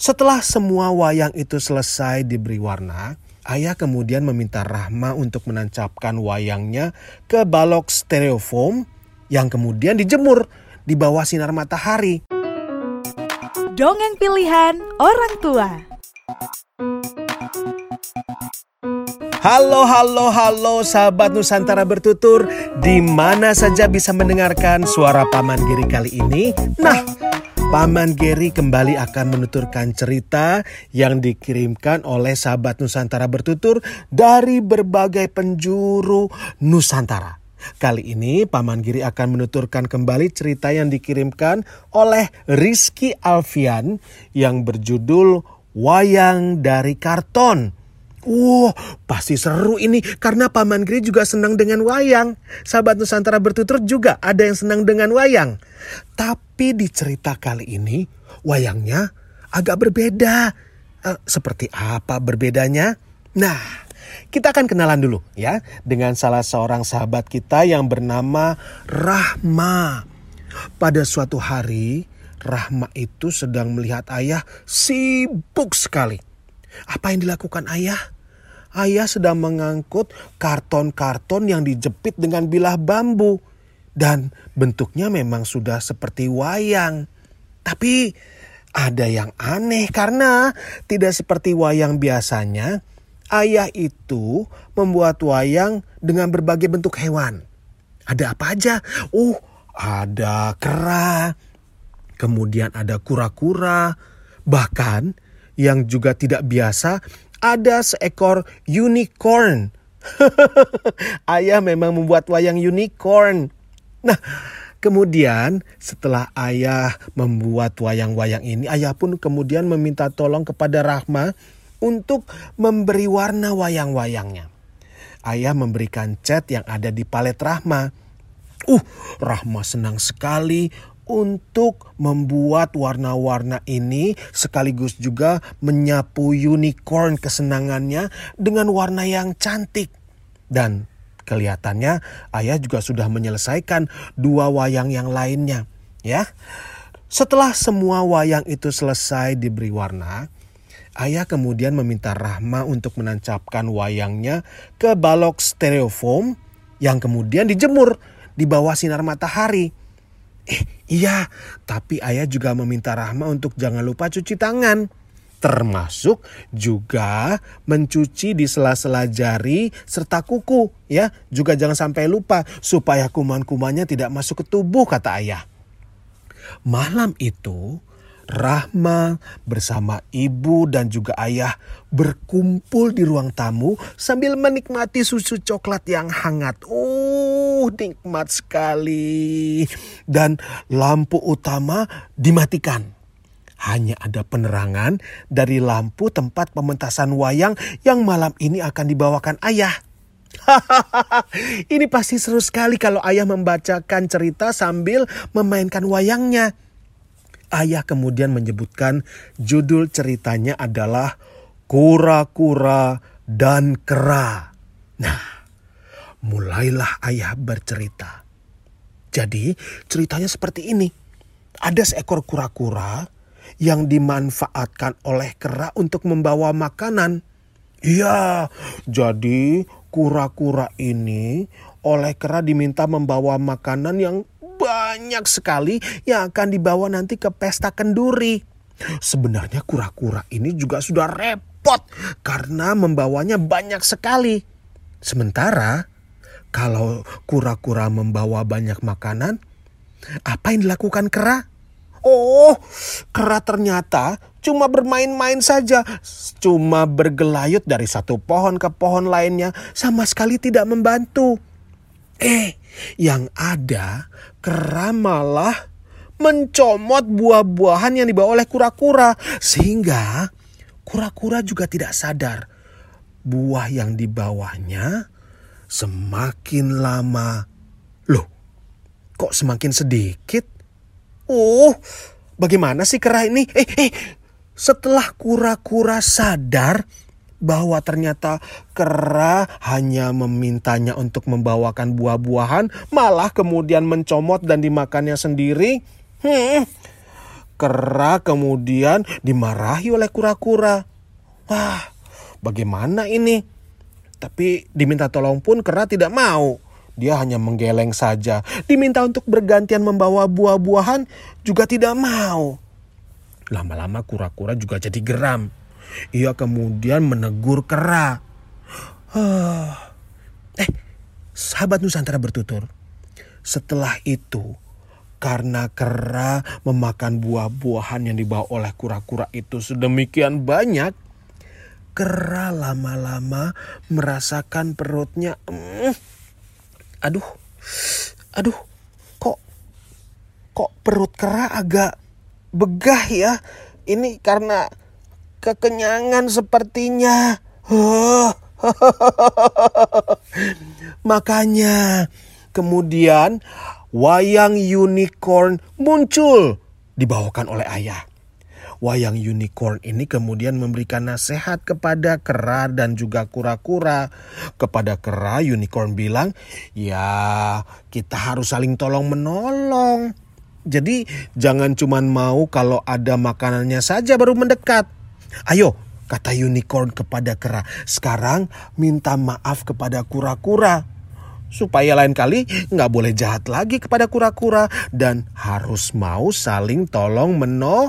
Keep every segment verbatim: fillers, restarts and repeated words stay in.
Setelah semua wayang itu selesai diberi warna, ayah kemudian meminta Rahma untuk menancapkan wayangnya ke balok stereofoam yang kemudian dijemur di bawah sinar matahari. Dongeng pilihan orang tua. Halo, halo, halo sahabat Nusantara bertutur. Di mana saja bisa mendengarkan suara Paman Geri kali ini? Nah, Paman Geri kembali akan menuturkan cerita yang dikirimkan oleh sahabat Nusantara bertutur dari berbagai penjuru Nusantara. Kali ini Paman Giri akan menuturkan kembali cerita yang dikirimkan oleh Rizky Alfian yang berjudul Wayang dari Karton. Wow, pasti seru ini karena Paman Giri juga senang dengan wayang. Sahabat Nusantara bertutur juga ada yang senang dengan wayang. Tapi di cerita kali ini wayangnya agak berbeda. Eh, seperti apa berbedanya? Nah, kita akan kenalan dulu ya dengan salah seorang sahabat kita yang bernama Rahma. Pada suatu hari, Rahma itu sedang melihat ayah sibuk sekali. Apa yang dilakukan ayah? Ayah sedang mengangkut karton-karton yang dijepit dengan bilah bambu. Dan bentuknya memang sudah seperti wayang. Tapi ada yang aneh karena tidak seperti wayang biasanya. Ayah itu membuat wayang dengan berbagai bentuk hewan. Ada apa aja? Uh, ada kera. Kemudian ada kura-kura. Bahkan yang juga tidak biasa, ada seekor unicorn. Ayah memang membuat wayang unicorn. Nah, kemudian setelah ayah membuat wayang-wayang ini, ayah pun kemudian meminta tolong kepada Rahma untuk memberi warna wayang-wayangnya. Ayah memberikan cat yang ada di palet Rahma. Uh, Rahma senang sekali untuk membuat warna-warna ini sekaligus juga menyapu unicorn kesenangannya dengan warna yang cantik. Dan kelihatannya ayah juga sudah menyelesaikan dua wayang yang lainnya, ya. Setelah semua wayang itu selesai diberi warna, ayah kemudian meminta Rahma untuk menancapkan wayangnya ke balok stereofoam yang kemudian dijemur di bawah sinar matahari. Eh iya, tapi ayah juga meminta Rahma untuk jangan lupa cuci tangan. Termasuk juga mencuci di sela-sela jari serta kuku. Ya, juga jangan sampai lupa supaya kuman-kumannya tidak masuk ke tubuh, kata ayah. Malam itu Rahma bersama ibu dan juga ayah berkumpul di ruang tamu sambil menikmati susu coklat yang hangat. Uh, nikmat sekali. Dan lampu utama dimatikan. Hanya ada penerangan dari lampu tempat pementasan wayang yang malam ini akan dibawakan ayah. Ini pasti seru sekali kalau ayah membacakan cerita sambil memainkan wayangnya. Ayah kemudian menyebutkan judul ceritanya adalah Kura-Kura dan Kera. Nah, mulailah ayah bercerita. Jadi ceritanya seperti ini. Ada seekor kura-kura yang dimanfaatkan oleh kera untuk membawa makanan. Iya, jadi kura-kura ini oleh kera diminta membawa makanan yang banyak sekali yang akan dibawa nanti ke pesta kenduri. Sebenarnya kura-kura ini juga sudah repot karena membawanya banyak sekali. Sementara kalau kura-kura membawa banyak makanan, apa yang dilakukan kera? Oh, kera ternyata cuma bermain-main saja. Cuma bergelayut dari satu pohon ke pohon lainnya, sama sekali tidak membantu. Eh, yang ada kera malah mencomot buah-buahan yang dibawa oleh kura-kura. Sehingga kura-kura juga tidak sadar buah yang dibawanya semakin lama. Loh, kok semakin sedikit? Oh, bagaimana sih kera ini? Eh, eh, setelah kura-kura sadar bahwa ternyata kera hanya memintanya untuk membawakan buah-buahan, malah kemudian mencomot dan dimakannya sendiri. Hmm, Kera kemudian dimarahi oleh kura-kura. Wah, bagaimana ini? Tapi diminta tolong pun kera tidak mau. Dia hanya menggeleng saja. Diminta untuk bergantian membawa buah-buahan juga tidak mau. Lama-lama kura-kura juga jadi geram. Ia kemudian menegur kera. Eh, sahabat Nusantara bertutur. Setelah itu, karena kera memakan buah-buahan yang dibawa oleh kura-kura itu sedemikian banyak, kera lama-lama merasakan perutnya, mm, aduh, aduh, kok, kok perut kera agak begah ya? Ini karena kekenyangan sepertinya. Huh. Makanya kemudian wayang unicorn muncul dibawakan oleh ayah. Wayang unicorn ini kemudian memberikan nasihat kepada kera dan juga kura-kura. Kepada kera, unicorn bilang, ya kita harus saling tolong menolong. Jadi jangan cuma mau kalau ada makanannya saja baru mendekat. Ayo, kata unicorn kepada kera, sekarang minta maaf kepada kura-kura. Supaya lain kali gak boleh jahat lagi kepada kura-kura. Dan harus mau saling tolong menolong.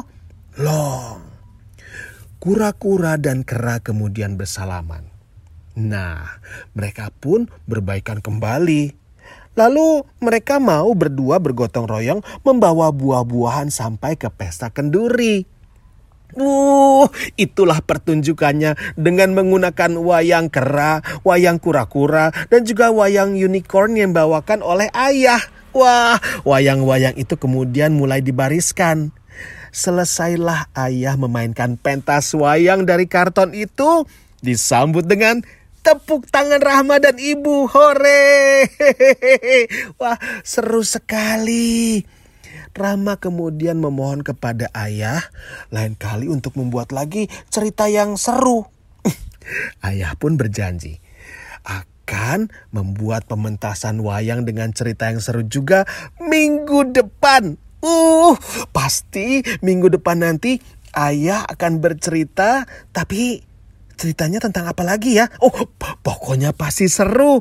Kura-kura dan kera kemudian bersalaman. Nah, mereka pun berbaikan kembali. Lalu mereka mau berdua bergotong royong membawa buah-buahan sampai ke pesta kenduri. Uh, itulah pertunjukannya dengan menggunakan wayang kera, wayang kura-kura, dan juga wayang unicorn yang dibawakan oleh ayah. Wah, wayang-wayang itu kemudian mulai dibariskan. Selesailah ayah memainkan pentas wayang dari karton itu, disambut dengan tepuk tangan Rahma dan Ibu. Hore! Wah, seru sekali. Rahma kemudian memohon kepada ayah lain kali untuk membuat lagi cerita yang seru. Ayah pun berjanji akan membuat pementasan wayang dengan cerita yang seru juga minggu depan. Uh, pasti minggu depan nanti ayah akan bercerita, tapi ceritanya tentang apa lagi ya? Oh, pokoknya pasti seru.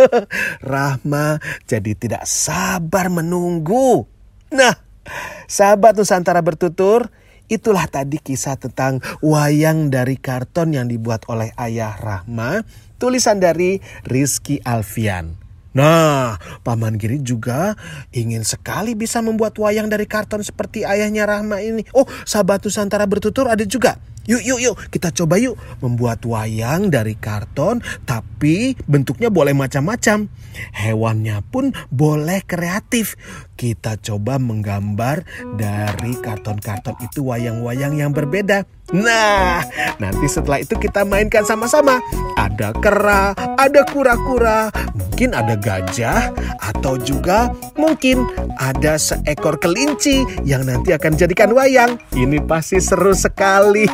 Rahma jadi tidak sabar menunggu. Nah, sahabat Nusantara bertutur, itulah tadi kisah tentang wayang dari karton yang dibuat oleh ayah Rahma, tulisan dari Rizky Alfian. Nah, Paman Giri juga ingin sekali bisa membuat wayang dari karton seperti ayahnya Rahma ini. Oh, sahabat Nusantara bertutur ada juga. Yuk, yuk, yuk, kita coba yuk membuat wayang dari karton, tapi bentuknya boleh macam-macam. Hewannya pun boleh kreatif. Kita coba menggambar dari karton-karton itu wayang-wayang yang berbeda. Nah, nanti setelah itu kita mainkan sama-sama. Ada kera, ada kura-kura, mungkin ada gajah, atau juga mungkin ada seekor kelinci yang nanti akan jadikan wayang. Ini pasti seru sekali.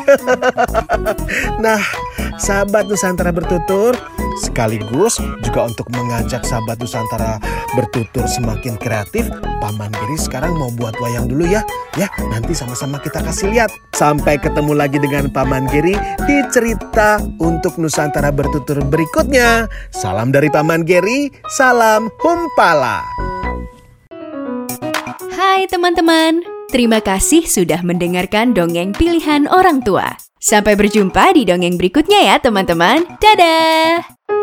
Nah, sahabat Nusantara bertutur, sekaligus juga untuk mengajak sahabat Nusantara bertutur semakin kreatif, Paman Giri sekarang mau buat wayang dulu ya. Ya, nanti sama-sama kita kasih lihat. Sampai ketemu lagi dengan Paman Giri di cerita untuk Nusantara bertutur berikutnya. Salam dari Paman Giri, salam Humpala. Hai teman-teman, terima kasih sudah mendengarkan dongeng pilihan orang tua. Sampai berjumpa di dongeng berikutnya ya teman-teman. Dadah!